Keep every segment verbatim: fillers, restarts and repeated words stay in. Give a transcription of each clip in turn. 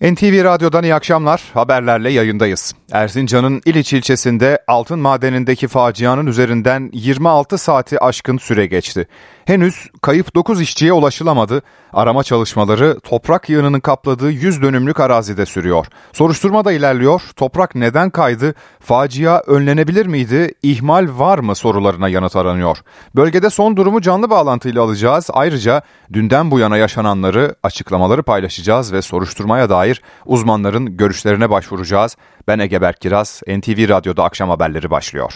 N T V Radyo'dan iyi akşamlar. Haberlerle yayındayız. Erzincan'ın İliç ilçesinde altın madenindeki facianın üzerinden yirmi altı saati aşkın süre geçti. Henüz kayıp dokuz işçiye ulaşılamadı. Arama çalışmaları toprak yığınının kapladığı yüz dönümlük arazide sürüyor. Soruşturma da ilerliyor. Toprak neden kaydı? Facia önlenebilir miydi? İhmal var mı sorularına yanıt aranıyor. Bölgede son durumu canlı bağlantıyla alacağız. Ayrıca dünden bu yana yaşananları, açıklamaları paylaşacağız ve soruşturmaya dair uzmanların görüşlerine başvuracağız. Ben Ege Berk Kiraz, N T V Radyo'da akşam haberleri başlıyor.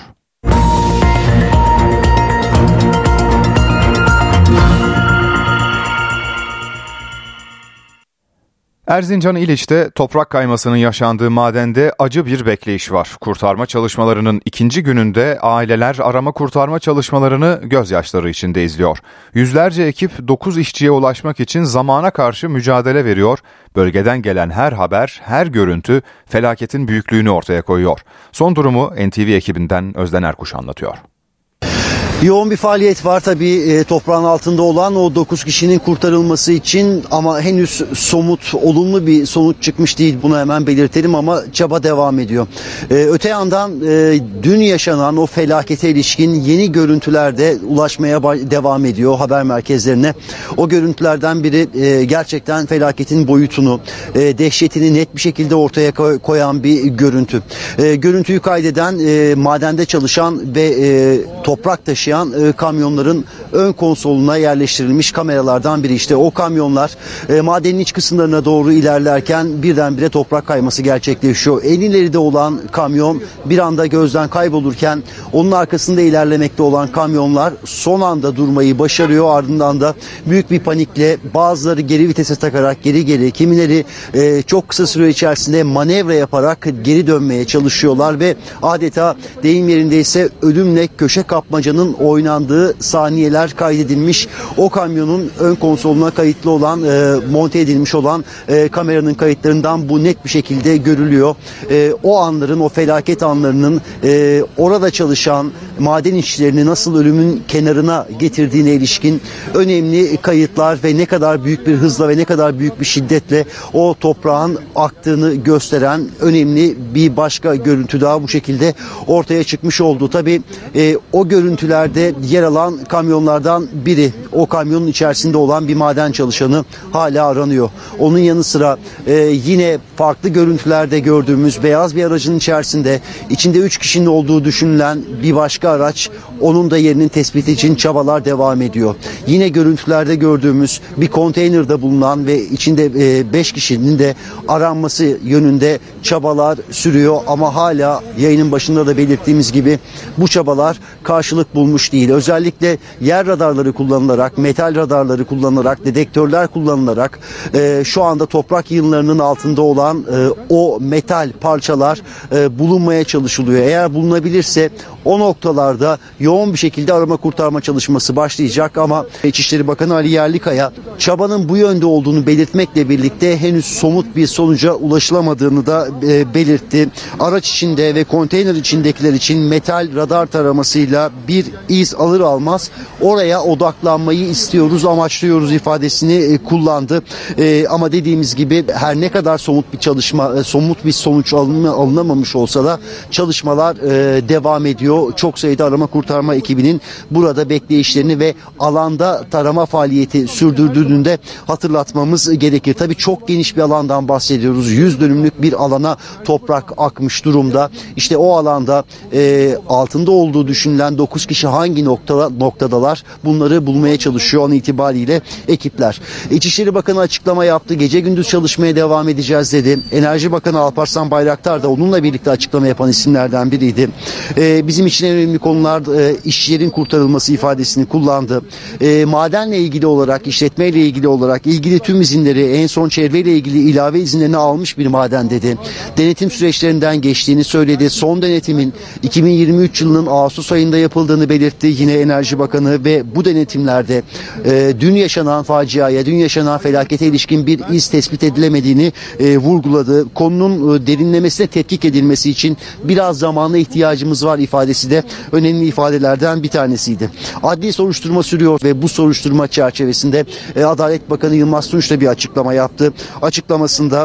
Erzincan İliç'te toprak kaymasının yaşandığı madende acı bir bekleyiş var. Kurtarma çalışmalarının ikinci gününde aileler arama kurtarma çalışmalarını gözyaşları içinde izliyor. Yüzlerce ekip dokuz işçiye ulaşmak için zamana karşı mücadele veriyor. Bölgeden gelen her haber, her görüntü felaketin büyüklüğünü ortaya koyuyor. Son durumu N T V ekibinden Özden Erkuş anlatıyor. Yoğun bir faaliyet var tabii e, toprağın altında olan o dokuz kişinin kurtarılması için ama henüz somut, olumlu bir sonuç çıkmış değil. Bunu hemen belirtelim ama çaba devam ediyor. E, öte yandan e, dün yaşanan o felakete ilişkin yeni görüntüler de ulaşmaya devam ediyor haber merkezlerine. O görüntülerden biri e, gerçekten felaketin boyutunu, e, dehşetini net bir şekilde ortaya koyan bir görüntü. E, görüntüyü kaydeden e, madende çalışan ve e, toprak taşıyan kamyonların ön konsoluna yerleştirilmiş kameralardan biri. İşte o kamyonlar e, madenin iç kısımlarına doğru ilerlerken birdenbire toprak kayması gerçekleşiyor. En ileride olan kamyon bir anda gözden kaybolurken onun arkasında ilerlemekte olan kamyonlar son anda durmayı başarıyor. Ardından da büyük bir panikle bazıları geri vitese takarak geri geri, kimileri e, çok kısa süre içerisinde manevra yaparak geri dönmeye çalışıyorlar ve adeta deyim yerindeyse ölümle köşe kapmacanın oynandığı saniyeler kaydedilmiş. O kamyonun ön konsoluna kayıtlı olan, e, monte edilmiş olan e, kameranın kayıtlarından bu net bir şekilde görülüyor. E, o anların, o felaket anlarının e, orada çalışan maden işçilerini nasıl ölümün kenarına getirdiğine ilişkin önemli kayıtlar ve ne kadar büyük bir hızla ve ne kadar büyük bir şiddetle o toprağın aktığını gösteren önemli bir başka görüntü daha bu şekilde ortaya çıkmış oldu. Tabii e, o görüntülerde yer alan kamyonlardan biri, o kamyonun içerisinde olan bir maden çalışanı hala aranıyor. Onun yanı sıra e, yine farklı görüntülerde gördüğümüz beyaz bir aracın içerisinde içinde üç kişinin olduğu düşünülen bir başka araç, onun da yerinin tespiti için çabalar devam ediyor. Yine görüntülerde gördüğümüz bir konteynerde bulunan ve içinde beş kişinin de aranması yönünde çabalar sürüyor ama hala yayının başında da belirttiğimiz gibi bu çabalar karşılık bulmuş değil. Özellikle yer radarları kullanılarak, metal radarları kullanılarak, dedektörler kullanılarak e, şu anda toprak yığınlarının altında olan e, o metal parçalar e, bulunmaya çalışılıyor. Eğer bulunabilirse o noktalarda yoğun bir şekilde arama kurtarma çalışması başlayacak ama İçişleri Bakanı Ali Yerlikaya çabanın bu yönde olduğunu belirtmekle birlikte henüz somut bir sonuca ulaşılamadığını da e, belirtti. Araç içinde ve konteyner içindekiler için metal radar taramasıyla bir iz alır almaz oraya odaklanmayı istiyoruz, amaçlıyoruz ifadesini e, kullandı. E, ama dediğimiz gibi her ne kadar somut bir çalışma, e, somut bir sonuç alınma, alınamamış olsa da çalışmalar e, devam ediyor. Çok sayıda arama kurtarma ekibinin burada bekleyişlerini ve alanda tarama faaliyeti sürdürdüğünü de hatırlatmamız gerekir. Tabii çok geniş bir alandan bahsediyoruz. yüz dönümlük bir alana toprak akmış durumda. İşte o alanda e, altında olduğu düşünülen dokuz kişi hangi noktada, noktadalar bunları bulmaya çalışıyor an itibariyle ekipler. İçişleri Bakanı açıklama yaptı. Gece gündüz çalışmaya devam edeceğiz dedi. Enerji Bakanı Alparslan Bayraktar da onunla birlikte açıklama yapan isimlerden biriydi. Ee, bizim için en önemli konular e, işçilerin kurtarılması ifadesini kullandı. E, madenle ilgili olarak, işletmeyle ilgili olarak ilgili tüm izinleri, en son çevreyle ilgili ilave izinlerini almış bir maden dedi. Denetim süreçlerinden geçtiğini söyledi. Son denetimin iki bin yirmi üç yılının Ağustos ayında yapıldığını belirtti yine Enerji Bakanı ve bu denetimlerde e, dün yaşanan faciaya, dün yaşanan felakete ilişkin bir iz tespit edilemediğini e, vurguladı. Konunun e, derinlemesine tetkik edilmesi için biraz zamana ihtiyacımız var ifadesi de önemli ifadelerden bir tanesiydi. Adli soruşturma sürüyor ve bu soruşturma çerçevesinde e, Adalet Bakanı Yılmaz Tunç da bir açıklama yaptı. Açıklamasında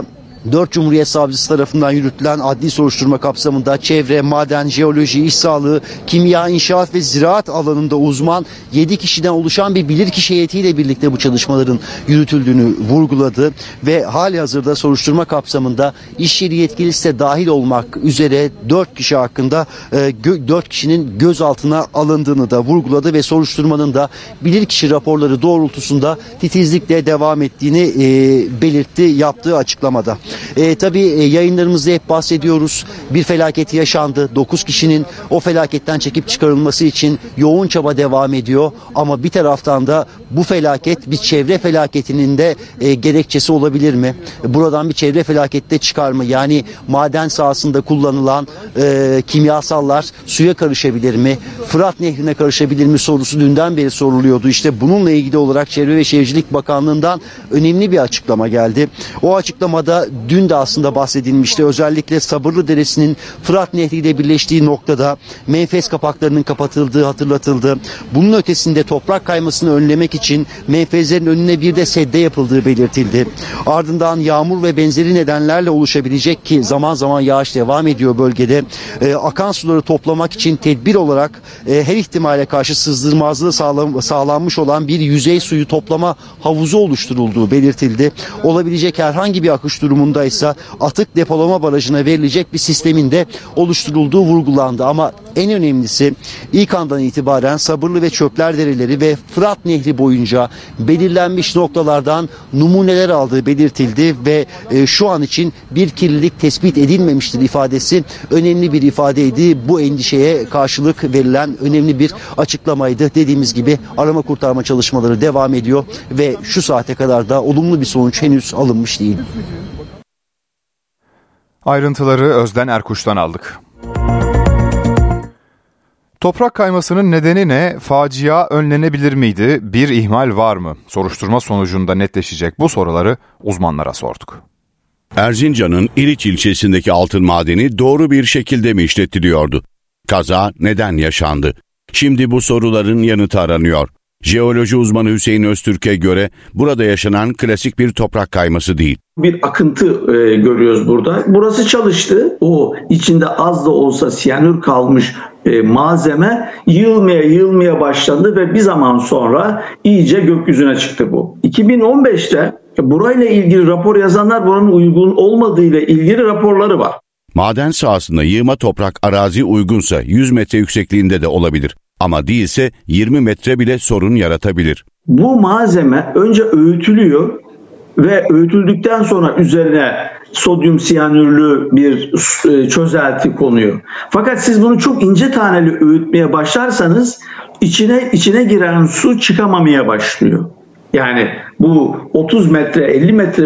dört Cumhuriyet Savcısı tarafından yürütülen adli soruşturma kapsamında çevre, maden, jeoloji, iş sağlığı, kimya, inşaat ve ziraat alanında uzman yedi kişiden oluşan bir bilirkişi heyetiyle birlikte bu çalışmaların yürütüldüğünü vurguladı ve halihazırda soruşturma kapsamında iş yeri yetkilisi de dahil olmak üzere dört kişi hakkında dört kişinin gözaltına alındığını da vurguladı ve soruşturmanın da bilirkişi raporları doğrultusunda titizlikle devam ettiğini e, belirtti yaptığı açıklamada. E, tabii e, yayınlarımızda hep bahsediyoruz. Bir felaket yaşandı. dokuz kişinin o felaketten çekip çıkarılması için yoğun çaba devam ediyor. Ama bir taraftan da bu felaket bir çevre felaketinin de e, gerekçesi olabilir mi? Buradan bir çevre felakette çıkar mı? Yani maden sahasında kullanılan e, kimyasallar suya karışabilir mi? Fırat Nehri'ne karışabilir mi sorusu dünden beri soruluyordu. İşte bununla ilgili olarak Çevre ve Şehircilik Bakanlığı'ndan önemli bir açıklama geldi. O açıklamada dün de aslında bahsedilmişti. Özellikle Sabırlı Deresi'nin Fırat Nehri ile birleştiği noktada menfez kapaklarının kapatıldığı hatırlatıldı. Bunun ötesinde toprak kaymasını önlemek için menfezlerin önüne bir de sedde yapıldığı belirtildi. Ardından yağmur ve benzeri nedenlerle oluşabilecek ki zaman zaman yağış devam ediyor bölgede. E, akan suları toplamak için tedbir olarak e, her ihtimale karşı sızdırmazlığı sağlam, sağlanmış olan bir yüzey suyu toplama havuzu oluşturulduğu belirtildi. Olabilecek herhangi bir akış durumundaysa atık depolama barajına verilecek bir sistemin de oluşturulduğu vurgulandı. Ama en önemlisi ilk andan itibaren Sabırlı ve Çöpler Dereleri ve Fırat Nehri boyunca belirlenmiş noktalardan numuneler aldığı belirtildi ve e, şu an için bir kirlilik tespit edilmemiştir ifadesi önemli bir ifadeydi. Bu endişeye karşılık verilen önemli bir açıklamaydı. Dediğimiz gibi arama kurtarma çalışmaları devam ediyor ve şu saate kadar da olumlu bir sonuç henüz alınmış değil. Ayrıntıları Özden Erkuş'tan aldık. Toprak kaymasının nedeni ne? Facia önlenebilir miydi? Bir ihmal var mı? Soruşturma sonucunda netleşecek bu soruları uzmanlara sorduk. Erzincan'ın İliç ilçesindeki altın madeni doğru bir şekilde mi işletiliyordu? Kaza neden yaşandı? Şimdi bu soruların yanıtı aranıyor. Jeoloji uzmanı Hüseyin Öztürk'e göre burada yaşanan klasik bir toprak kayması değil. Bir akıntı e, görüyoruz burada. Burası çalıştı. O içinde az da olsa siyanür kalmış e, malzeme yığılmaya yığılmaya başlandı ve bir zaman sonra iyice gökyüzüne çıktı bu. iki bin on beşte burayla ilgili rapor yazanlar buranın uygun olmadığı ile ilgili raporları var. Maden sahasında yığma toprak arazi uygunsa yüz metre yüksekliğinde de olabilir. Ama değilse yirmi metre bile sorun yaratabilir. Bu malzeme önce öğütülüyor ve öğütüldükten sonra üzerine sodyum siyanürlü bir çözelti konuyor. Fakat siz bunu çok ince taneli öğütmeye başlarsanız içine içine giren su çıkamamaya başlıyor. Yani bu otuz metre elli metre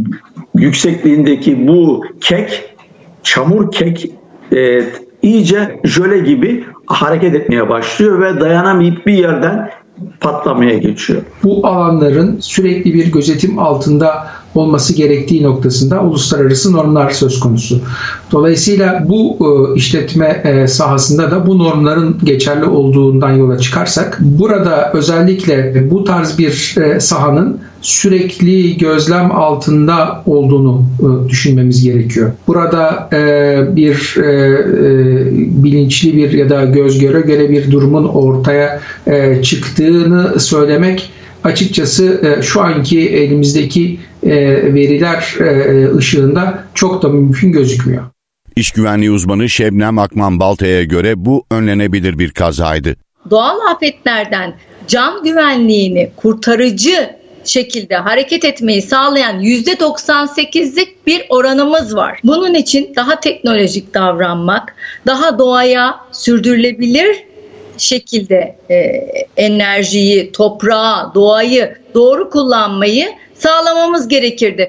yüksekliğindeki bu kek, çamur kek e, iyice jöle gibi hareket etmeye başlıyor ve dayanamayıp bir yerden patlamaya geçiyor. Bu alanların sürekli bir gözetim altında olması gerektiği noktasında uluslararası normlar söz konusu. Dolayısıyla bu e, işletme e, sahasında da bu normların geçerli olduğundan yola çıkarsak burada özellikle bu tarz bir e, sahanın sürekli gözlem altında olduğunu e, düşünmemiz gerekiyor. Burada e, bir e, e, bilinçli bir ya da göz göre göre bir durumun ortaya e, çıktığını söylemek açıkçası şu anki elimizdeki veriler ışığında çok da mümkün gözükmüyor. İş güvenliği uzmanı Şebnem Akman Balta'ya göre bu önlenebilir bir kazaydı. Doğal afetlerden can güvenliğini kurtarıcı şekilde hareket etmeyi sağlayan yüzde doksan sekizlik bir oranımız var. Bunun için daha teknolojik davranmak, daha doğaya sürdürülebilir şekilde e, enerjiyi, toprağı, doğayı doğru kullanmayı sağlamamız gerekirdi.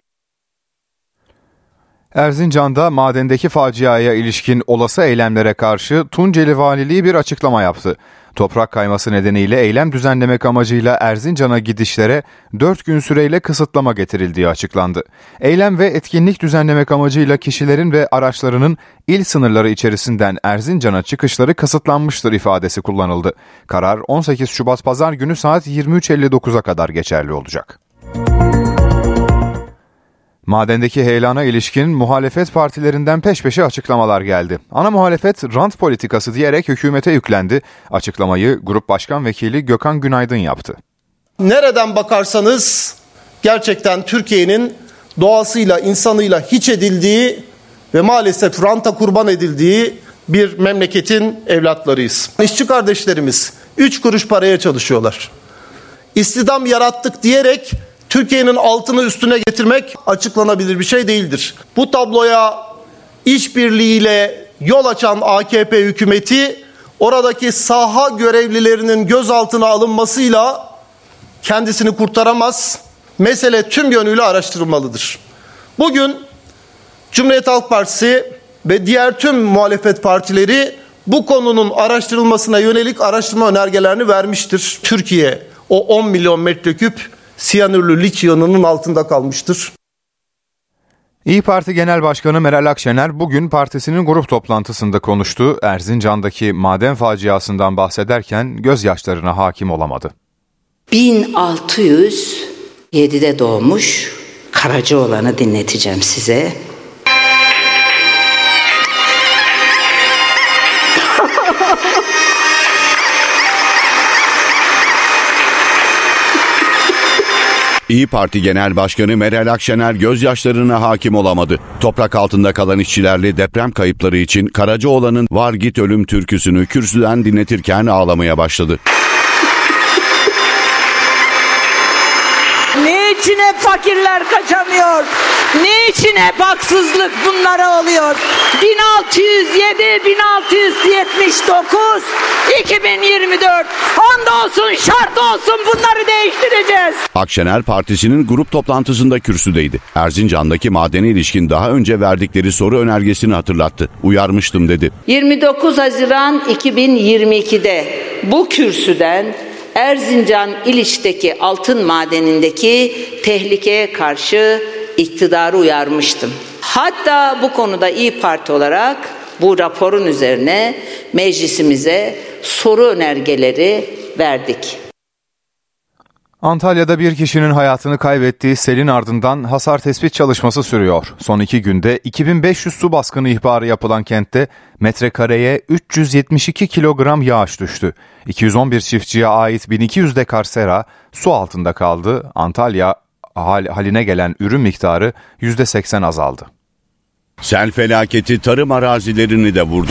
Erzincan'da madendeki faciaya ilişkin olası eylemlere karşı Tunceli Valiliği bir açıklama yaptı. Toprak kayması nedeniyle eylem düzenlemek amacıyla Erzincan'a gidişlere dört gün süreyle kısıtlama getirildiği açıklandı. Eylem ve etkinlik düzenlemek amacıyla kişilerin ve araçlarının il sınırları içerisinden Erzincan'a çıkışları kısıtlanmıştır ifadesi kullanıldı. Karar on sekiz Şubat Pazar günü saat yirmi üç elli dokuza kadar geçerli olacak. Madendeki heyelana ilişkin muhalefet partilerinden peş peşe açıklamalar geldi. Ana muhalefet rant politikası diyerek hükümete yüklendi. Açıklamayı Grup Başkan Vekili Gökhan Günaydın yaptı. Nereden bakarsanız gerçekten Türkiye'nin doğasıyla, insanıyla hiç edildiği ve maalesef ranta kurban edildiği bir memleketin evlatlarıyız. İşçi kardeşlerimiz üç kuruş paraya çalışıyorlar. İstihdam yarattık diyerek Türkiye'nin altını üstüne getirmek açıklanabilir bir şey değildir. Bu tabloya işbirliğiyle yol açan A K P hükümeti oradaki saha görevlilerinin gözaltına alınmasıyla kendisini kurtaramaz. Mesele tüm yönüyle araştırılmalıdır. Bugün Cumhuriyet Halk Partisi ve diğer tüm muhalefet partileri bu konunun araştırılmasına yönelik araştırma önergelerini vermiştir. Türkiye o on milyon metreküp siyanürlü liç yığınının altında kalmıştır. İYİ Parti Genel Başkanı Meral Akşener bugün partisinin grup toplantısında konuştu. Erzincan'daki maden faciasından bahsederken gözyaşlarına hakim olamadı. bin altı yüz yedide doğmuş Karacaoğlan'ı dinleteceğim size. İYİ Parti Genel Başkanı Meral Akşener gözyaşlarına hakim olamadı. Toprak altında kalan işçilerle deprem kayıpları için Karacaoğlan'ın "Var Git Ölüm" türküsünü kürsüden dinletirken ağlamaya başladı. Niçin hep fakirler kaçamıyor? Niçin hep haksızlık bunlara oluyor? bin altı yüz yedi, bin altı yüz yetmiş dokuz, iki bin yirmi dört. Andolsun, şart olsun, bunları değiştireceğiz. Akşener partisinin grup toplantısında kürsüdeydi. Erzincan'daki madene ilişkin daha önce verdikleri soru önergesini hatırlattı. Uyarmıştım dedi. yirmi dokuz Haziran iki bin yirmi ikide bu kürsüden Erzincan İliç'teki altın madenindeki tehlikeye karşı iktidarı uyarmıştım. Hatta bu konuda İYİ Parti olarak bu raporun üzerine meclisimize soru önergeleri verdik. Antalya'da bir kişinin hayatını kaybettiği selin ardından hasar tespit çalışması sürüyor. Son iki günde iki bin beş yüz su baskını ihbarı yapılan kentte metrekareye üç yüz yetmiş iki kilogram yağış düştü. iki yüz on bir çiftçiye ait bin iki yüz dekar sera su altında kaldı. Antalya haline gelen ürün miktarı yüzde seksen azaldı. Sel felaketi tarım arazilerini de vurdu.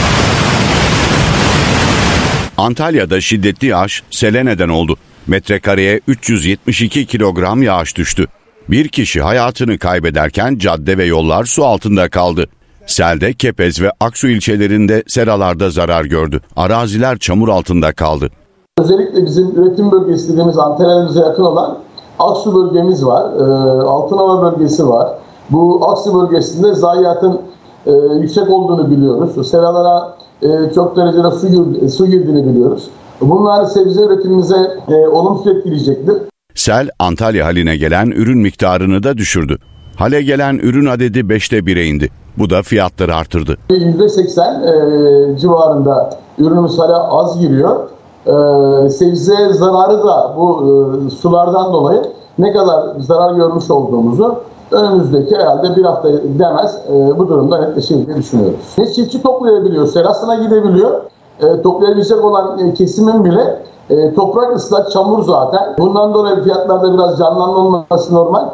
Antalya'da şiddetli yağış sele neden oldu. Metrekareye üç yüz yetmiş iki kilogram yağış düştü. Bir kişi hayatını kaybederken cadde ve yollar su altında kaldı. Selde Kepez ve Aksu ilçelerinde seralarda zarar gördü. Araziler çamur altında kaldı. Özellikle bizim üretim bölgesi dediğimiz Antalya'mıza yakın olan Aksu bölgemiz var. E, Altınova bölgesi var. Bu Aksu bölgesinde zayiatın e, yüksek olduğunu biliyoruz. Seralara e, çok derecede su, gir, su girdiğini biliyoruz. Bunlar sebze üretimimize e, olumsuz etkileyecektir. Sel Antalya haline gelen ürün miktarını da düşürdü. Hale gelen ürün adedi beşte bire indi. Bu da fiyatları artırdı. yüzde seksen e, civarında ürünümüz hala az giriyor. E, sebze zararı da bu e, sulardan dolayı ne kadar zarar görmüş olduğumuzu önümüzdeki herhalde bir hafta demez e, bu durumda netleşir diye düşünüyoruz. Ne çiftçi toplayabiliyor, serasına gidebiliyor. E, toplayabilecek olan e, kesimin bile e, toprak ıslak, çamur zaten. Bundan dolayı fiyatlarda biraz canlanma olması normal.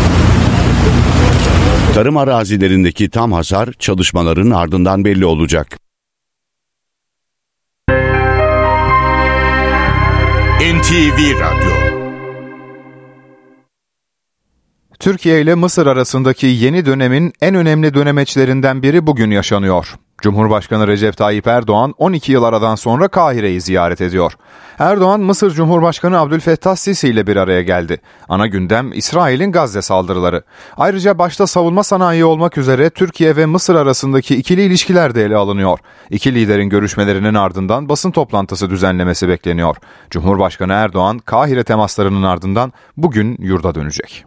Tarım arazilerindeki tam hasar çalışmaların ardından belli olacak. N T V Radyo. Türkiye ile Mısır arasındaki yeni dönemin en önemli dönemeçlerinden biri bugün yaşanıyor. Cumhurbaşkanı Recep Tayyip Erdoğan on iki yıl aradan sonra Kahire'yi ziyaret ediyor. Erdoğan, Mısır Cumhurbaşkanı Abdülfettah Sisi ile bir araya geldi. Ana gündem İsrail'in Gazze saldırıları. Ayrıca başta savunma sanayi olmak üzere Türkiye ve Mısır arasındaki ikili ilişkiler de ele alınıyor. İki liderin görüşmelerinin ardından basın toplantısı düzenlemesi bekleniyor. Cumhurbaşkanı Erdoğan, Kahire temaslarının ardından bugün yurda dönecek.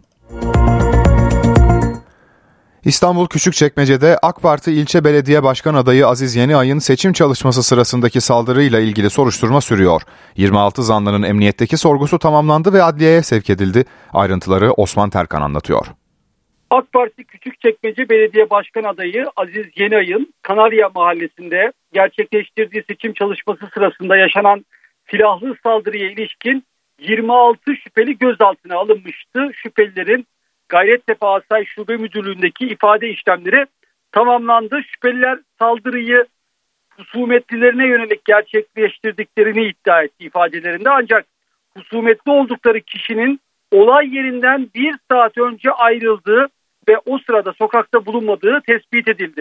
İstanbul Küçükçekmece'de AK Parti ilçe belediye başkan adayı Aziz Yeniay'ın seçim çalışması sırasındaki saldırıyla ilgili soruşturma sürüyor. yirmi altı zanlının emniyetteki sorgusu tamamlandı ve adliyeye sevk edildi. Ayrıntıları Osman Terkan anlatıyor. AK Parti Küçükçekmece Belediye Başkan adayı Aziz Yenay'ın Kanarya Mahallesi'nde gerçekleştirdiği seçim çalışması sırasında yaşanan silahlı saldırıya ilişkin yirmi altı şüpheli gözaltına alınmıştı. Şüphelilerin Gayrettepe Asay Şube Müdürlüğü'ndeki ifade işlemleri tamamlandı. Şüpheliler saldırıyı husumetlilerine yönelik gerçekleştirdiklerini iddia etti ifadelerinde. Ancak husumetli oldukları kişinin olay yerinden bir saat önce ayrıldığı ve o sırada sokakta bulunmadığı tespit edildi.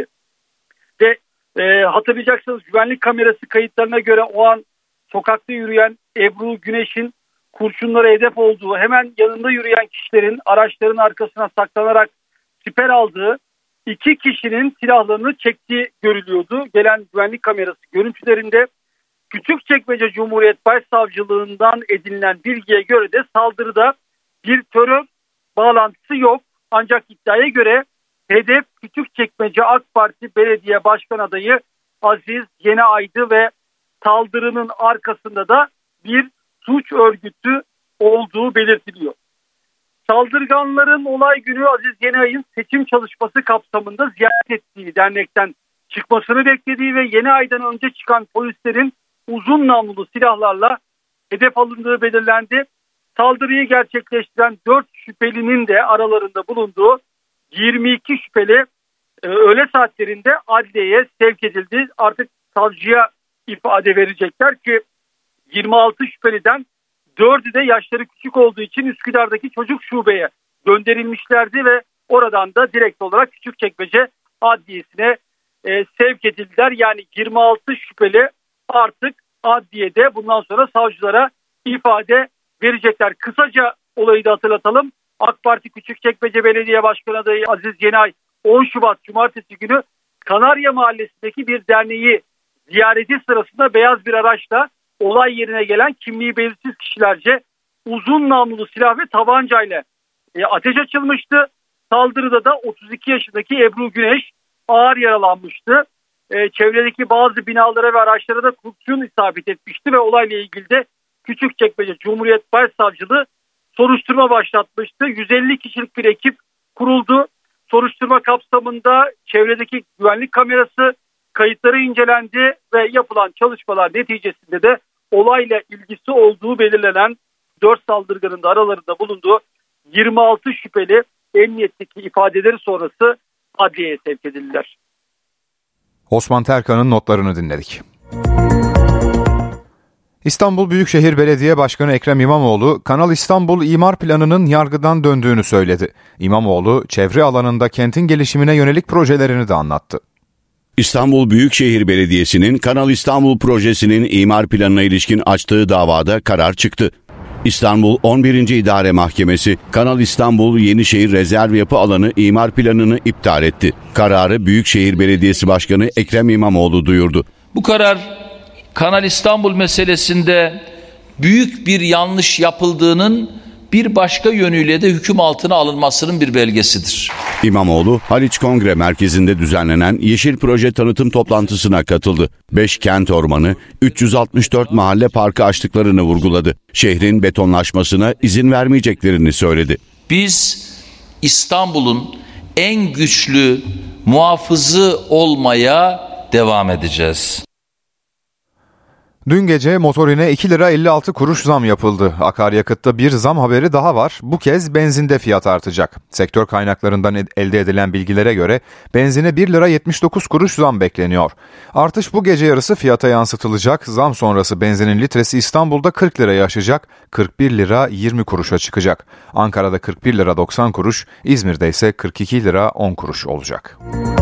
Ve e, hatırlayacaksınız, güvenlik kamerası kayıtlarına göre o an sokakta yürüyen Ebru Güneş'in kurşunlara hedef olduğu, hemen yanında yürüyen kişilerin araçların arkasına saklanarak siper aldığı, iki kişinin silahlarını çektiği görülüyordu. Gelen güvenlik kamerası görüntülerinde Küçükçekmece Cumhuriyet Başsavcılığından edinilen bilgiye göre de saldırıda bir terör bağlantısı yok. Ancak iddiaya göre hedef Küçükçekmece AK Parti Belediye Başkan adayı Aziz Yenay'dı ve saldırının arkasında da bir suç örgütü olduğu belirtiliyor. Saldırganların olay günü Aziz Yenay'ın seçim çalışması kapsamında ziyaret ettiği dernekten çıkmasını beklediği ve Yenay'dan önce çıkan polislerin uzun namlulu silahlarla hedef alındığı belirlendi. Saldırıyı gerçekleştiren dört şüphelinin de aralarında bulunduğu yirmi iki şüpheli e, öğle saatlerinde adliyeye sevk edildi. Artık savcıya ifade verecekler ki yirmi altı şüpheliden dördü de yaşları küçük olduğu için Üsküdar'daki çocuk şubeye gönderilmişlerdi ve oradan da direkt olarak Küçükçekmece Adliyesi'ne e, sevk edildiler. Yani yirmi altı şüpheli artık adliyede bundan sonra savcılara ifade verecekler. Kısaca olayı da hatırlatalım. AK Parti Küçükçekmece Belediye Başkanı adayı Aziz Yenay on Şubat Cumartesi günü Kanarya Mahallesi'ndeki bir derneği ziyareti sırasında beyaz bir araçla olay yerine gelen kimliği belirsiz kişilerce uzun namlulu silah ve tabancayla e, ateş açılmıştı. Saldırıda da otuz iki yaşındaki Ebru Güneş ağır yaralanmıştı. E, çevredeki bazı binalara ve araçlara da kurşun isabet etmişti ve olayla ilgili de Küçükçekmece Cumhuriyet Başsavcılığı soruşturma başlatmıştı. yüz elli kişilik bir ekip kuruldu. Soruşturma kapsamında çevredeki güvenlik kamerası kayıtları incelendi ve yapılan çalışmalar neticesinde de olayla ilgisi olduğu belirlenen dört saldırganın da aralarında bulunduğu yirmi altı şüpheli emniyetteki ifadeleri sonrası adliyeye sevk edildiler. Osman Terkan'ın notlarını dinledik. İstanbul Büyükşehir Belediye Başkanı Ekrem İmamoğlu, Kanal İstanbul imar planının yargıdan döndüğünü söyledi. İmamoğlu, çevre alanında kentin gelişimine yönelik projelerini de anlattı. İstanbul Büyükşehir Belediyesi'nin Kanal İstanbul projesinin imar planına ilişkin açtığı davada karar çıktı. İstanbul on birinci İdare Mahkemesi, Kanal İstanbul Yenişehir Rezerv Yapı Alanı imar planını iptal etti. Kararı Büyükşehir Belediyesi Başkanı Ekrem İmamoğlu duyurdu. Bu karar, Kanal İstanbul meselesinde büyük bir yanlış yapıldığının bir başka yönüyle de hüküm altına alınmasının bir belgesidir. İmamoğlu, Haliç Kongre Merkezi'nde düzenlenen Yeşil Proje tanıtım toplantısına katıldı. beş kent ormanı, üç yüz altmış dört mahalle parkı açtıklarını vurguladı. Şehrin betonlaşmasına izin vermeyeceklerini söyledi. Biz İstanbul'un en güçlü muhafızı olmaya devam edeceğiz. Dün gece motorine iki lira elli altı kuruş zam yapıldı. Akaryakıtta bir zam haberi daha var. Bu kez benzinde fiyat artacak. Sektör kaynaklarından elde edilen bilgilere göre benzine bir lira yetmiş dokuz kuruş zam bekleniyor. Artış bu gece yarısı fiyata yansıtılacak. Zam sonrası benzinin litresi İstanbul'da kırk lirayı aşacak. kırk bir lira yirmi kuruşa çıkacak. Ankara'da kırk bir lira doksan kuruş, İzmir'de ise kırk iki lira on kuruş olacak.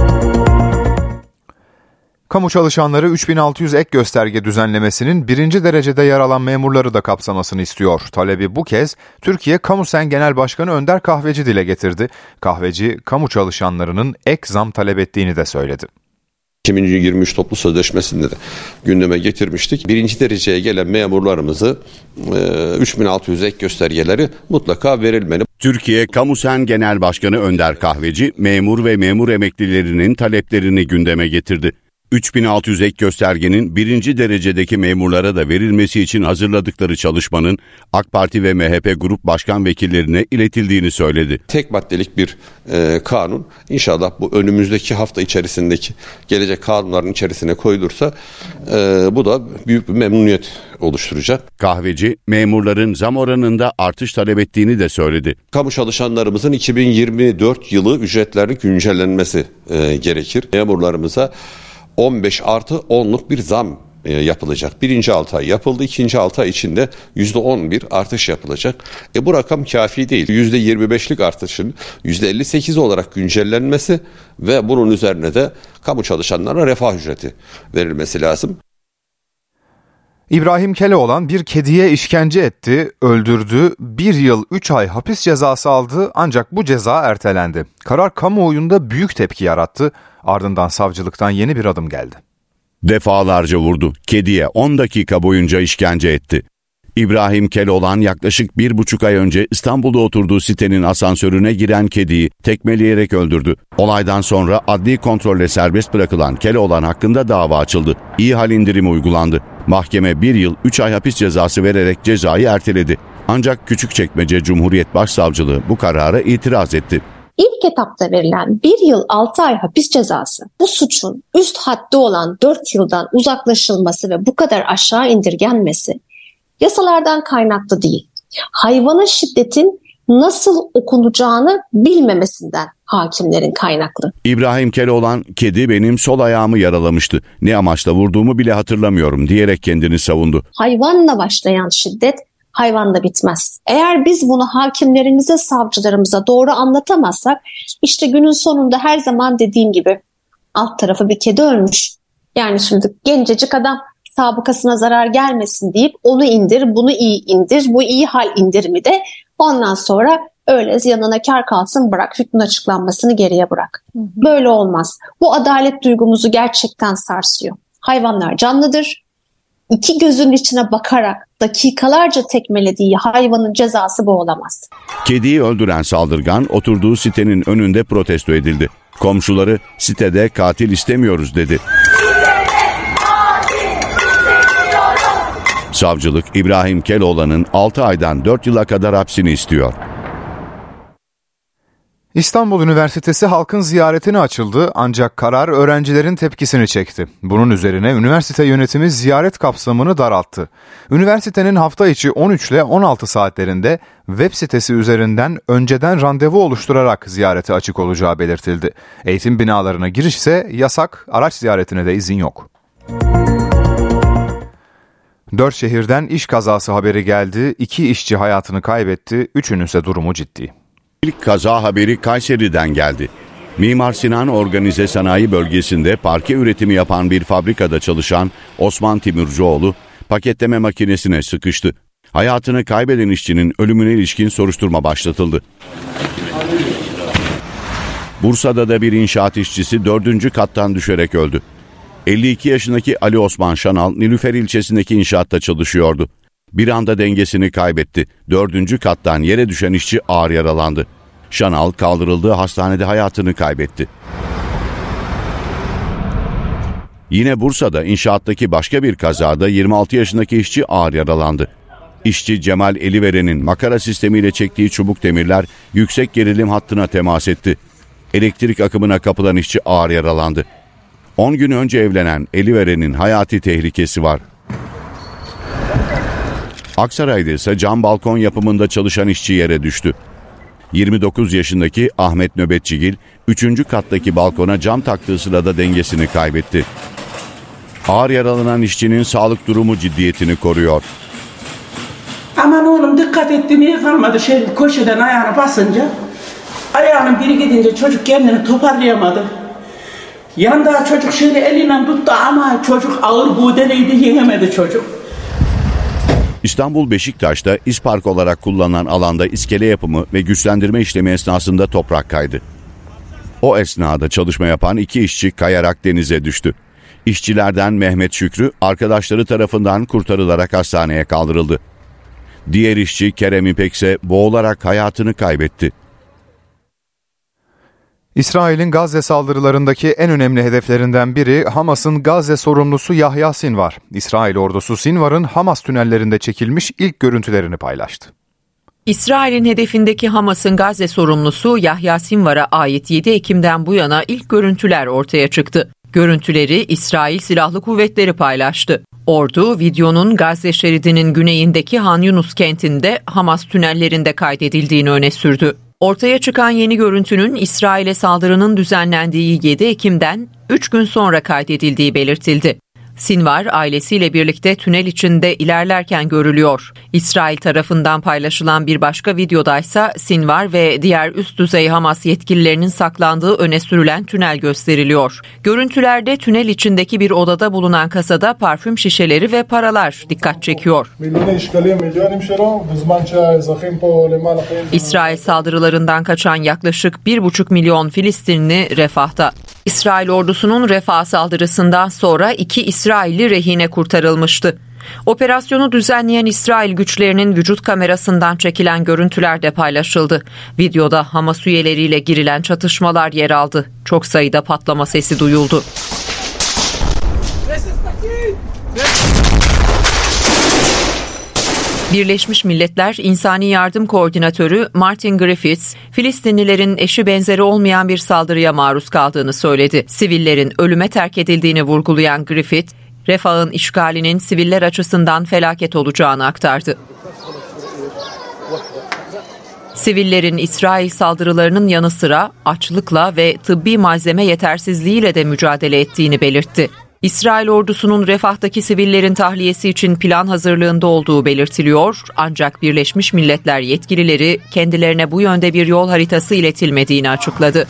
Kamu çalışanları üç bin altı yüz ek gösterge düzenlemesinin birinci derecede yer alan memurları da kapsamasını istiyor. Talebi bu kez Türkiye Kamusen Genel Başkanı Önder Kahveci dile getirdi. Kahveci, kamu çalışanlarının ek zam talep ettiğini de söyledi. iki bin yirmi üç toplu sözleşmesinde de gündeme getirmiştik. Birinci dereceye gelen memurlarımızı üç bin altı yüz ek göstergeleri mutlaka verilmeli. Türkiye Kamusen Genel Başkanı Önder Kahveci, memur ve memur emeklilerinin taleplerini gündeme getirdi. üç bin altı yüz ek göstergenin birinci derecedeki memurlara da verilmesi için hazırladıkları çalışmanın AK Parti ve M H P grup başkan vekillerine iletildiğini söyledi. Tek maddelik bir e, kanun inşallah bu önümüzdeki hafta içerisindeki gelecek kanunların içerisine koyulursa e, bu da büyük bir memnuniyet oluşturacak. Kahveci memurların zam oranında artış talep ettiğini de söyledi. Kamu çalışanlarımızın iki bin yirmi dört yılı ücretlerinin güncellenmesi e, gerekir. Memurlarımıza on beş artı onluk bir zam e, yapılacak. Birinci altı ay yapıldı. İkinci altı ay içinde yüzde on bir artış yapılacak. E bu rakam kafi değil. yüzde yirmi beşlik artışın yüzde elli sekiz olarak güncellenmesi ve bunun üzerine de kamu çalışanlarına refah ücreti verilmesi lazım. İbrahim Keloğlan bir kediye işkence etti, öldürdü, bir yıl üç ay hapis cezası aldı ancak bu ceza ertelendi. Karar kamuoyunda büyük tepki yarattı, ardından savcılıktan yeni bir adım geldi. Defalarca vurdu, kediye on dakika boyunca işkence etti. İbrahim Keloğlan yaklaşık bir buçuk ay önce İstanbul'da oturduğu sitenin asansörüne giren kediyi tekmeleyerek öldürdü. Olaydan sonra adli kontrolle serbest bırakılan Keloğlan hakkında dava açıldı. İyi hal indirimi uygulandı. Mahkeme bir yıl üç ay hapis cezası vererek cezayı erteledi. Ancak Küçükçekmece Cumhuriyet Başsavcılığı bu karara itiraz etti. İlk etapta verilen bir yıl altı ay hapis cezası bu suçun üst haddi olan dört yıldan uzaklaşılması ve bu kadar aşağı indirgenmesi yasalardan kaynaklı değil. Hayvana şiddetin nasıl okunacağını bilmemesinden hakimlerin kaynaklı. İbrahim Keloğlan, kedi benim sol ayağımı yaralamıştı. Ne amaçla vurduğumu bile hatırlamıyorum diyerek kendini savundu. Hayvanla başlayan şiddet hayvanla bitmez. Eğer biz bunu hakimlerimize, savcılarımıza doğru anlatamazsak işte günün sonunda her zaman dediğim gibi alt tarafı bir kedi ölmüş. Yani şimdi gencecik adam sabıkasına zarar gelmesin deyip onu indir, bunu iyi indir, bu iyi hal indirimi de ondan sonra öyle yanına kar kalsın bırak, hükmün açıklanmasını geriye bırak. Hı hı. Böyle olmaz. Bu adalet duygumuzu gerçekten sarsıyor. Hayvanlar canlıdır. İki gözün içine bakarak dakikalarca tekmelediği hayvanın cezası bu olamaz. Kediyi öldüren saldırgan oturduğu sitenin önünde protesto edildi. Komşuları sitede katil istemiyoruz dedi. Savcılık İbrahim Keloğlan'ın altı aydan dört yıla kadar hapsini istiyor. İstanbul Üniversitesi halkın ziyaretine açıldı ancak karar öğrencilerin tepkisini çekti. Bunun üzerine üniversite yönetimi ziyaret kapsamını daralttı. Üniversitenin hafta içi on üç ile on altı saatlerinde web sitesi üzerinden önceden randevu oluşturarak ziyarete açık olacağı belirtildi. Eğitim binalarına giriş ise yasak, araç ziyaretine de izin yok. Dört şehirden iş kazası haberi geldi. İki işçi hayatını kaybetti, üçünün ise durumu ciddi. İlk kaza haberi Kayseri'den geldi. Mimar Sinan Organize Sanayi Bölgesi'nde parke üretimi yapan bir fabrikada çalışan Osman Timurcuoğlu paketleme makinesine sıkıştı. Hayatını kaybeden işçinin ölümüne ilişkin soruşturma başlatıldı. Bursa'da da bir inşaat işçisi dördüncü kattan düşerek öldü. elli iki yaşındaki Ali Osman Şanal, Nilüfer ilçesindeki inşaatta çalışıyordu. Bir anda dengesini kaybetti. Dördüncü kattan yere düşen işçi ağır yaralandı. Şanal kaldırıldığı hastanede hayatını kaybetti. Yine Bursa'da inşaattaki başka bir kazada yirmi altı yaşındaki işçi ağır yaralandı. İşçi Cemal Eliveren'in makara sistemiyle çektiği çubuk demirler yüksek gerilim hattına temas etti. Elektrik akımına kapılan işçi ağır yaralandı. on gün önce evlenen Eliveren'in hayati tehlikesi var. Aksaray'da ise cam balkon yapımında çalışan işçi yere düştü. yirmi dokuz yaşındaki Ahmet Nöbetçigil, üçüncü kattaki balkona cam taktığı sırada dengesini kaybetti. Ağır yaralanan işçinin sağlık durumu ciddiyetini koruyor. Aman oğlum dikkat ettim, iyi kalmadı. Şey, köşeden ayağını basınca, ayağının biri gidince çocuk kendini toparlayamadı. Yanda çocuk şöyle eliyle tuttu ama çocuk ağır buğdeleydi, yenemedi çocuk. İstanbul Beşiktaş'ta İspark olarak kullanılan alanda iskele yapımı ve güçlendirme işlemi esnasında toprak kaydı. O esnada çalışma yapan iki işçi kayarak denize düştü. İşçilerden Mehmet Şükrü arkadaşları tarafından kurtarılarak hastaneye kaldırıldı. Diğer işçi Kerem İpek ise boğularak hayatını kaybetti. İsrail'in Gazze saldırılarındaki en önemli hedeflerinden biri Hamas'ın Gazze sorumlusu Yahya Sinvar. İsrail ordusu Sinvar'ın Hamas tünellerinde çekilmiş ilk görüntülerini paylaştı. İsrail'in hedefindeki Hamas'ın Gazze sorumlusu Yahya Sinvar'a ait yedi Ekim'den bu yana ilk görüntüler ortaya çıktı. Görüntüleri İsrail Silahlı Kuvvetleri paylaştı. Ordu, videonun Gazze şeridinin güneyindeki Han Yunus kentinde Hamas tünellerinde kaydedildiğini öne sürdü. Ortaya çıkan yeni görüntünün İsrail'e saldırının düzenlendiği yedi Ekim'den üç gün sonra kaydedildiği belirtildi. Sinvar ailesiyle birlikte tünel içinde ilerlerken görülüyor. İsrail tarafından paylaşılan bir başka videodaysa Sinvar ve diğer üst düzey Hamas yetkililerinin saklandığı öne sürülen tünel gösteriliyor. Görüntülerde tünel içindeki bir odada bulunan kasada parfüm şişeleri ve paralar dikkat çekiyor. İsrail saldırılarından kaçan yaklaşık bir buçuk milyon Filistinli Refah'ta. İsrail ordusunun Refah saldırısından sonra iki İsrailli rehine kurtarılmıştı. Operasyonu düzenleyen İsrail güçlerinin vücut kamerasından çekilen görüntüler de paylaşıldı. Videoda Hamas üyeleriyle girilen çatışmalar yer aldı. Çok sayıda patlama sesi duyuldu. Birleşmiş Milletler İnsani Yardım Koordinatörü Martin Griffiths, Filistinlilerin eşi benzeri olmayan bir saldırıya maruz kaldığını söyledi. Sivillerin ölüme terk edildiğini vurgulayan Griffiths, Refah'ın işgalinin siviller açısından felaket olacağını aktardı. Sivillerin İsrail saldırılarının yanı sıra açlıkla ve tıbbi malzeme yetersizliğiyle de mücadele ettiğini belirtti. İsrail ordusunun Refah'taki sivillerin tahliyesi için plan hazırlığında olduğu belirtiliyor, ancak Birleşmiş Milletler yetkilileri kendilerine bu yönde bir yol haritası iletilmediğini açıkladı.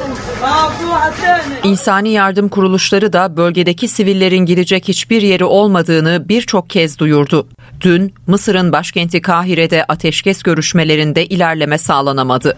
İnsani yardım kuruluşları da bölgedeki sivillerin gidecek hiçbir yeri olmadığını birçok kez duyurdu. Dün Mısır'ın başkenti Kahire'de ateşkes görüşmelerinde ilerleme sağlanamadı.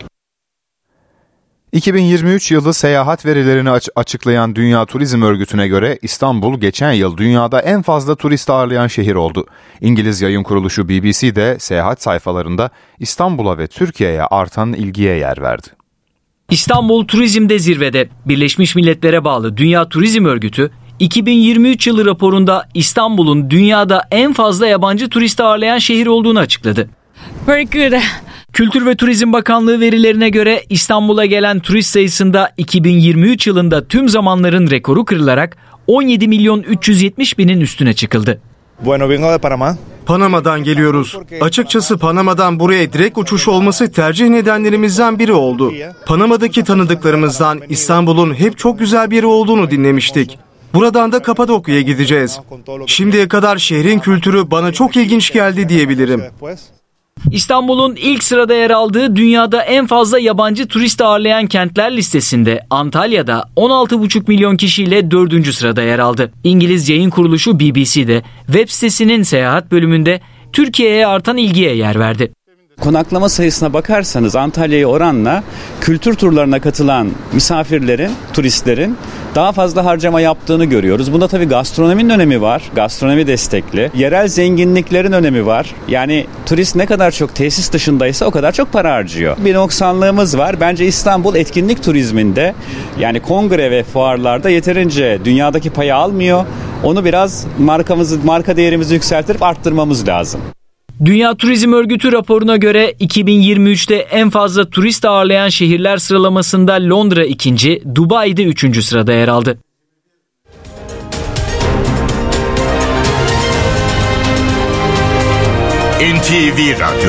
iki bin yirmi üç yılı seyahat verilerini açıklayan Dünya Turizm Örgütü'ne göre İstanbul geçen yıl dünyada en fazla turist ağırlayan şehir oldu. İngiliz yayın kuruluşu B B C de seyahat sayfalarında İstanbul'a ve Türkiye'ye artan ilgiye yer verdi. İstanbul turizmde zirvede. Birleşmiş Milletler'e bağlı Dünya Turizm Örgütü, iki bin yirmi üç yılı raporunda İstanbul'un dünyada en fazla yabancı turist ağırlayan şehir olduğunu açıkladı. Very good. Kültür ve Turizm Bakanlığı verilerine göre İstanbul'a gelen turist sayısında iki bin yirmi üç yılında tüm zamanların rekoru kırılarak on yedi milyon üç yüz yetmiş binin üstüne çıkıldı. Bueno, vengo de Panamá. Panama'dan geliyoruz. Açıkçası Panama'dan buraya direkt uçuş olması tercih nedenlerimizden biri oldu. Panama'daki tanıdıklarımızdan İstanbul'un hep çok güzel bir yeri olduğunu dinlemiştik. Buradan da Kapadokya'ya gideceğiz. Şimdiye kadar şehrin kültürü bana çok ilginç geldi diyebilirim. İstanbul'un ilk sırada yer aldığı dünyada en fazla yabancı turist ağırlayan kentler listesinde Antalya'da on altı buçuk milyon kişiyle dördüncü sırada yer aldı. İngiliz yayın kuruluşu B B C'de web sitesinin seyahat bölümünde Türkiye'ye artan ilgiye yer verdi. Konaklama sayısına bakarsanız Antalya'ya oranla kültür turlarına katılan misafirlerin, turistlerin daha fazla harcama yaptığını görüyoruz. Bunda tabii gastronominin önemi var. Gastronomi destekli. Yerel zenginliklerin önemi var. Yani turist ne kadar çok tesis dışındaysa o kadar çok para harcıyor. Bir noksanlığımız var. Bence İstanbul etkinlik turizminde, yani kongre ve fuarlarda yeterince dünyadaki payı almıyor. Onu biraz markamızı, marka değerimizi yükseltip arttırmamız lazım. Dünya Turizm Örgütü raporuna göre iki bin yirmi üçte en fazla turist ağırlayan şehirler sıralamasında Londra ikinci, Dubai'de üçüncü sırada yer aldı. N T V Radyo.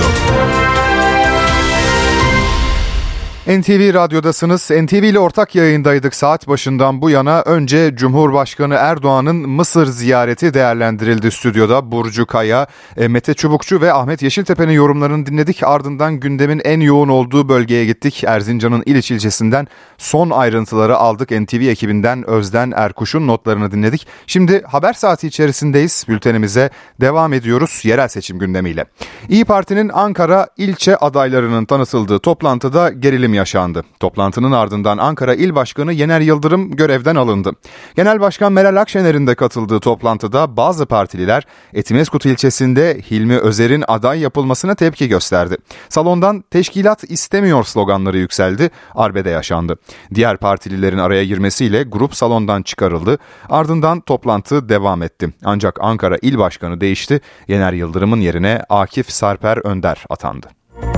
N T V Radyo'dasınız. N T V ile ortak yayındaydık saat başından bu yana. Önce Cumhurbaşkanı Erdoğan'ın Mısır ziyareti değerlendirildi stüdyoda. Burcu Kaya, Mete Çubukçu ve Ahmet Yeşiltepe'nin yorumlarını dinledik. Ardından gündemin en yoğun olduğu bölgeye gittik. Erzincan'ın İliç ilçesinden son ayrıntıları aldık. N T V ekibinden Özden Erkuş'un notlarını dinledik. Şimdi haber saati içerisindeyiz. Bültenimize devam ediyoruz yerel seçim gündemiyle. İYİ Parti'nin Ankara ilçe adaylarının tanıtıldığı toplantıda gerilim yaşandı. Toplantının ardından Ankara İl Başkanı Yener Yıldırım görevden alındı. Genel Başkan Meral Akşener'in de katıldığı toplantıda bazı partililer Etimesgut ilçesinde Hilmi Özer'in aday yapılmasına tepki gösterdi. Salondan "teşkilat istemiyor" sloganları yükseldi, arbede yaşandı. Diğer partililerin araya girmesiyle grup salondan çıkarıldı. Ardından toplantı devam etti. Ancak Ankara İl Başkanı değişti. Yener Yıldırım'ın yerine Akif Sarper Önder atandı.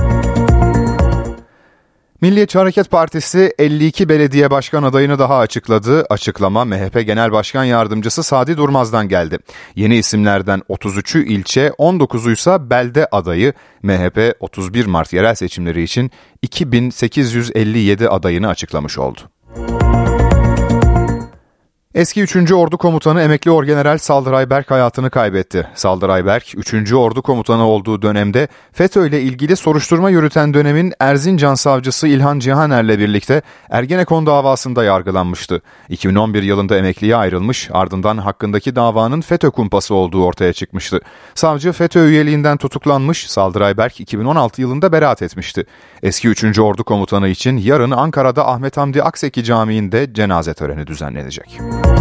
Milliyetçi Hareket Partisi elli iki belediye başkan adayını daha açıkladı. Açıklama M H P Genel Başkan Yardımcısı Sadi Durmaz'dan geldi. Yeni isimlerden otuz üçü ilçe, on dokuzu ise belde adayı. M H P otuz bir Mart yerel seçimleri için iki bin sekiz yüz elli yedi adayını açıklamış oldu. Eski üçüncü Ordu Komutanı Emekli Orgeneral Saldır Ayberk hayatını kaybetti. Saldır Ayberk, üçüncü Ordu Komutanı olduğu dönemde FETÖ ile ilgili soruşturma yürüten dönemin Erzincan savcısı İlhan Cihaner'le birlikte Ergenekon davasında yargılanmıştı. iki bin on bir yılında emekliye ayrılmış, ardından hakkındaki davanın FETÖ kumpası olduğu ortaya çıkmıştı. Savcı FETÖ üyeliğinden tutuklanmış, Saldır Ayberk iki bin on altı yılında beraat etmişti. Eski üçüncü Ordu Komutanı için yarın Ankara'da Ahmet Hamdi Akseki Camii'nde cenaze töreni düzenlenecek.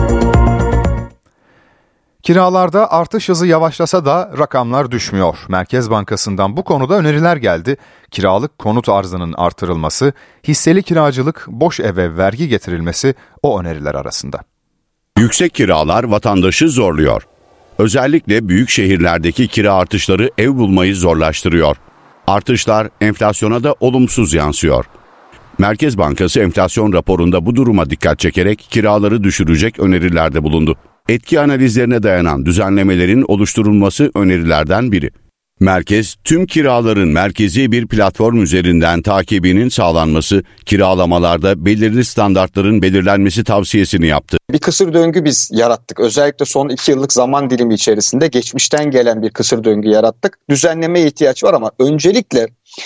Kiralarda artış hızı yavaşlasa da rakamlar düşmüyor. Merkez Bankası'ndan bu konuda öneriler geldi. Kiralık konut arzının artırılması, hisseli kiracılık, boş eve vergi getirilmesi o öneriler arasında. Yüksek kiralar vatandaşı zorluyor. Özellikle büyük şehirlerdeki kira artışları ev bulmayı zorlaştırıyor. Artışlar enflasyona da olumsuz yansıyor. Merkez Bankası enflasyon raporunda bu duruma dikkat çekerek kiraları düşürecek önerilerde bulundu. Etki analizlerine dayanan düzenlemelerin oluşturulması önerilerden biri. Merkez, tüm kiraların merkezi bir platform üzerinden takibinin sağlanması, kiralamalarda belirli standartların belirlenmesi tavsiyesini yaptı. Bir kısır döngü biz yarattık. Özellikle son iki yıllık zaman dilimi içerisinde geçmişten gelen bir kısır döngü yarattık. Düzenlemeye ihtiyaç var ama öncelikle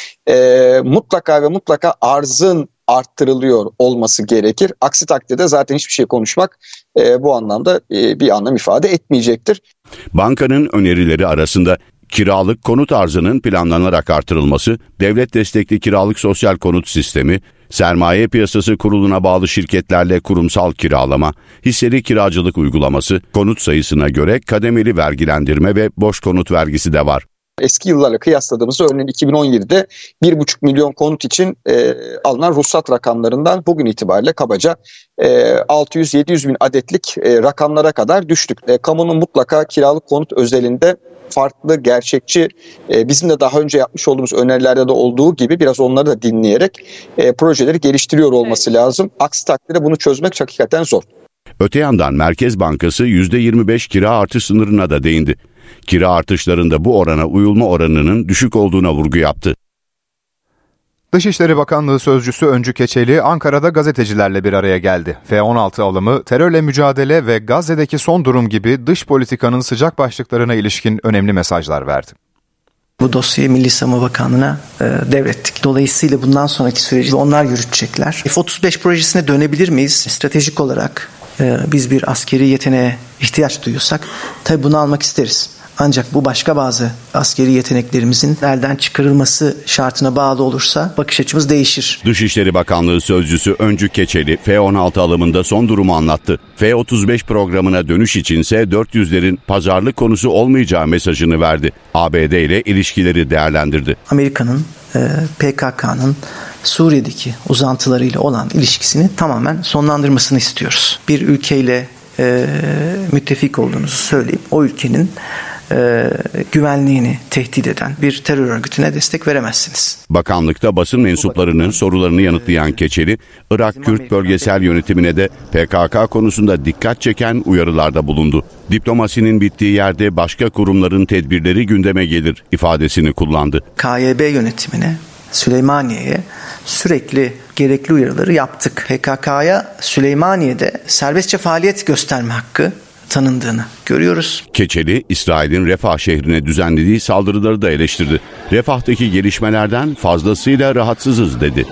e, mutlaka ve mutlaka arzın arttırılıyor olması gerekir. Aksi takdirde zaten hiçbir şey konuşmak e, bu anlamda e, bir anlam ifade etmeyecektir. Bankanın önerileri arasında kiralık konut arzının planlanarak artırılması, devlet destekli kiralık sosyal konut sistemi, sermaye piyasası kuruluna bağlı şirketlerle kurumsal kiralama, hisseli kiracılık uygulaması, konut sayısına göre kademeli vergilendirme ve boş konut vergisi de var. Eski yıllarla kıyasladığımızda örneğin iki bin on yedide bir buçuk milyon konut için e, alınan ruhsat rakamlarından bugün itibariyle kabaca e, altı yüz yedi yüz bin adetlik e, rakamlara kadar düştük. E, kamunun mutlaka kiralık konut özelinde farklı, gerçekçi, e, bizim de daha önce yapmış olduğumuz önerilerde de olduğu gibi biraz onları da dinleyerek e, projeleri geliştiriyor olması evet. lazım. Aksi takdirde bunu çözmek hakikaten zor. Öte yandan Merkez Bankası yüzde yirmi beş kira artış sınırına da değindi. Kira artışlarında bu orana uyulma oranının düşük olduğuna vurgu yaptı. Dışişleri Bakanlığı Sözcüsü Öncü Keçeli Ankara'da gazetecilerle bir araya geldi. F on altı alımı, terörle mücadele ve Gazze'deki son durum gibi dış politikanın sıcak başlıklarına ilişkin önemli mesajlar verdi. Bu dosyayı Milli Savunma Bakanlığı'na e, devrettik. Dolayısıyla bundan sonraki süreci onlar yürütecekler. F otuz beş projesine dönebilir miyiz? Stratejik olarak e, biz bir askeri yeteneğe ihtiyaç duyuyorsak tabii bunu almak isteriz. Ancak bu başka bazı askeri yeteneklerimizin elden çıkarılması şartına bağlı olursa bakış açımız değişir. Dışişleri Bakanlığı Sözcüsü Öncü Keçeli F on altı alımında son durumu anlattı. F otuz beş programına dönüş içinse dört yüzlerin pazarlık konusu olmayacağı mesajını verdi. A B D ile ilişkileri değerlendirdi. Amerika'nın e, P K K'nın Suriye'deki uzantılarıyla olan ilişkisini tamamen sonlandırmasını istiyoruz. Bir ülkeyle e, müttefik olduğunuzu söyleyip o ülkenin E, güvenliğini tehdit eden bir terör örgütüne destek veremezsiniz. Bakanlıkta basın mensuplarının sorularını yanıtlayan Keçeli, Irak Kürt bölgesel yönetimine de P K K konusunda dikkat çeken uyarılarda bulundu. Diplomasinin bittiği yerde başka kurumların tedbirleri gündeme gelir ifadesini kullandı. K Y B yönetimine, Süleymaniye'ye sürekli gerekli uyarıları yaptık. P K K'ya Süleymaniye'de serbestçe faaliyet gösterme hakkı tanındığını görüyoruz. Keçeli, İsrail'in Refah şehrine düzenlediği saldırıları da eleştirdi. Refah'taki gelişmelerden fazlasıyla rahatsızız dedi.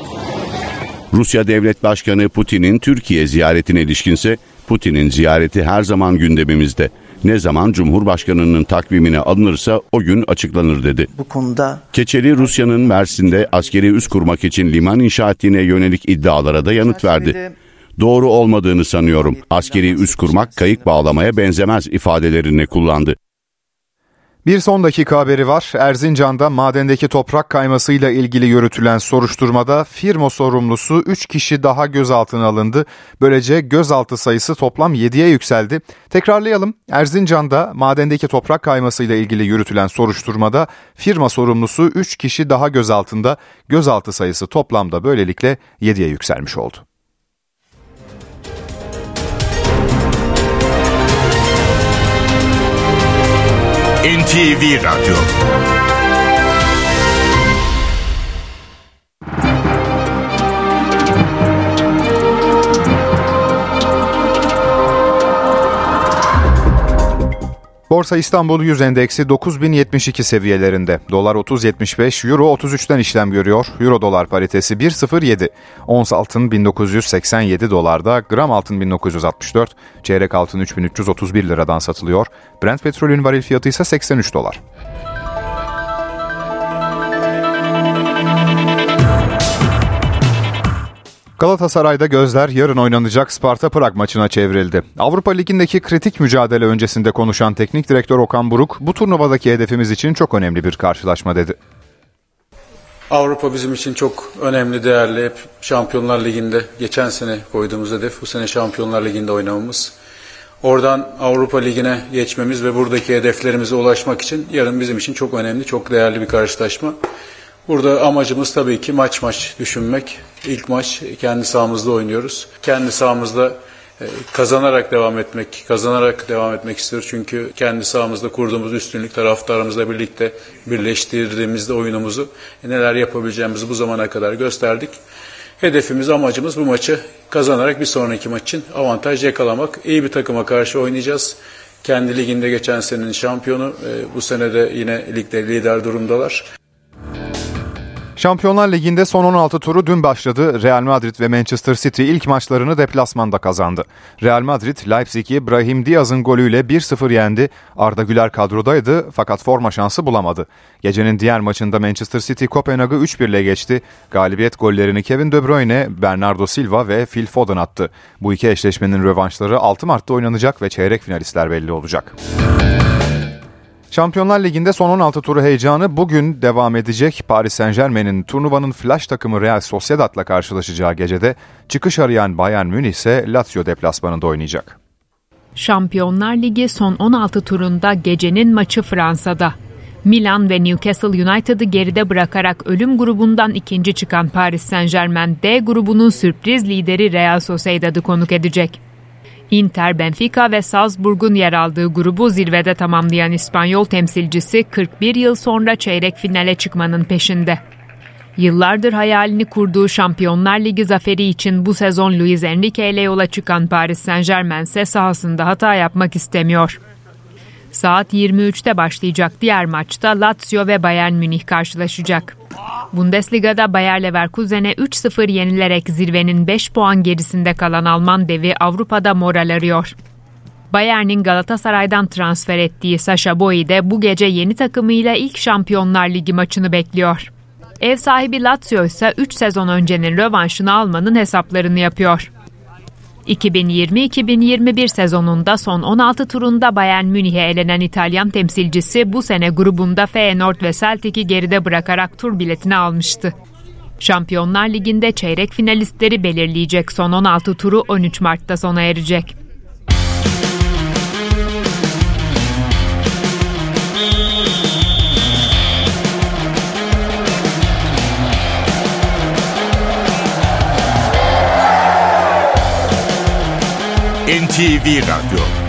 Rusya Devlet Başkanı Putin'in Türkiye ziyaretine ilişkinse, Putin'in ziyareti her zaman gündemimizde. Ne zaman Cumhurbaşkanı'nın takvimine alınırsa o gün açıklanır dedi. Bu konuda Keçeli, Rusya'nın Mersin'de askeri üs kurmak için liman inşa ettiğine yönelik iddialara da yanıt verdi. Doğru olmadığını sanıyorum. Askeri üs kurmak kayık bağlamaya benzemez ifadelerini kullandı. Bir son dakika haberi var. Erzincan'da madendeki toprak kaymasıyla ilgili yürütülen soruşturmada firma sorumlusu üç kişi daha gözaltına alındı. Böylece gözaltı sayısı toplam yediye yükseldi. Tekrarlayalım. Erzincan'da madendeki toprak kaymasıyla ilgili yürütülen soruşturmada firma sorumlusu üç kişi daha gözaltında. Gözaltı sayısı toplamda böylelikle yediye yükselmiş oldu. N T V Radyo. Borsa İstanbul Yüz Endeksi dokuz bin yetmiş iki seviyelerinde. Dolar otuz yetmiş beş, Euro otuz üçten işlem görüyor. Euro dolar paritesi bir virgül sıfır yedi. Ons altın bin dokuz yüz seksen yedi dolarda, gram altın bin dokuz yüz altmış dört, çeyrek altın üç bin üç yüz otuz bir liradan satılıyor. Brent petrolün varil fiyatı ise seksen üç dolar. Galatasaray'da gözler yarın oynanacak Sparta Prag maçına çevrildi. Avrupa Ligi'ndeki kritik mücadele öncesinde konuşan teknik direktör Okan Buruk, bu turnuvadaki hedefimiz için çok önemli bir karşılaşma dedi. Avrupa bizim için çok önemli, değerli. Hep Şampiyonlar Ligi'nde geçen sene koyduğumuz hedef, bu sene Şampiyonlar Ligi'nde oynamamız. Oradan Avrupa Ligi'ne geçmemiz ve buradaki hedeflerimize ulaşmak için yarın bizim için çok önemli, çok değerli bir karşılaşma. Burada amacımız tabii ki maç maç düşünmek. İlk maç kendi sahamızda oynuyoruz. Kendi sahamızda kazanarak devam etmek, kazanarak devam etmek istiyoruz. Çünkü kendi sahamızda kurduğumuz üstünlük, taraftarımızla birlikte birleştirdiğimizde oyunumuzu neler yapabileceğimizi bu zamana kadar gösterdik. Hedefimiz, amacımız bu maçı kazanarak bir sonraki maç için avantaj yakalamak. İyi bir takıma karşı oynayacağız. Kendi liginde geçen senenin şampiyonu, bu sene de yine ligde lider durumdalar. Şampiyonlar Ligi'nde son on altı turu dün başladı. Real Madrid ve Manchester City ilk maçlarını deplasmanda kazandı. Real Madrid, Leipzig'i Brahim Diaz'ın golüyle bir sıfır yendi. Arda Güler kadrodaydı fakat forma şansı bulamadı. Gecenin diğer maçında Manchester City Kopenhag'ı üç bir ile geçti. Galibiyet gollerini Kevin De Bruyne, Bernardo Silva ve Phil Foden attı. Bu iki eşleşmenin rövanşları altı Mart'ta oynanacak ve çeyrek finalistler belli olacak. Şampiyonlar Ligi'nde son on altı turu heyecanı bugün devam edecek. Paris Saint-Germain'in turnuvanın flash takımı Real Sociedad'la karşılaşacağı gecede çıkış arayan Bayern Münih ise Lazio deplasmanında oynayacak. Şampiyonlar Ligi son on altı turunda gecenin maçı Fransa'da. Milan ve Newcastle United'ı geride bırakarak ölüm grubundan ikinci çıkan Paris Saint-Germain D grubunun sürpriz lideri Real Sociedad'ı konuk edecek. Inter, Benfica ve Salzburg'un yer aldığı grubu zirvede tamamlayan İspanyol temsilcisi kırk bir yıl sonra çeyrek finale çıkmanın peşinde. Yıllardır hayalini kurduğu Şampiyonlar Ligi zaferi için bu sezon Luis Enrique ile yola çıkan Paris Saint-Germain ise sahasında hata yapmak istemiyor. Saat yirmi üçte başlayacak diğer maçta Lazio ve Bayern Münih karşılaşacak. Bundesliga'da Bayer Leverkusen'e üç sıfır yenilerek zirvenin beş puan gerisinde kalan Alman devi Avrupa'da moral arıyor. Bayern'in Galatasaray'dan transfer ettiği Sacha Boey de bu gece yeni takımıyla ilk Şampiyonlar Ligi maçını bekliyor. Ev sahibi Lazio ise üç sezon öncenin rövanşını almanın hesaplarını yapıyor. iki bin yirmi iki bin yirmi bir sezonunda son on altı turunda Bayern Münih'e elenen İtalyan temsilcisi bu sene grubunda Feyenoord ve Celtic'i geride bırakarak tur biletini almıştı. Şampiyonlar Ligi'nde çeyrek finalistleri belirleyecek son on altı turu on üç Mart'ta sona erecek. N T V Radyo.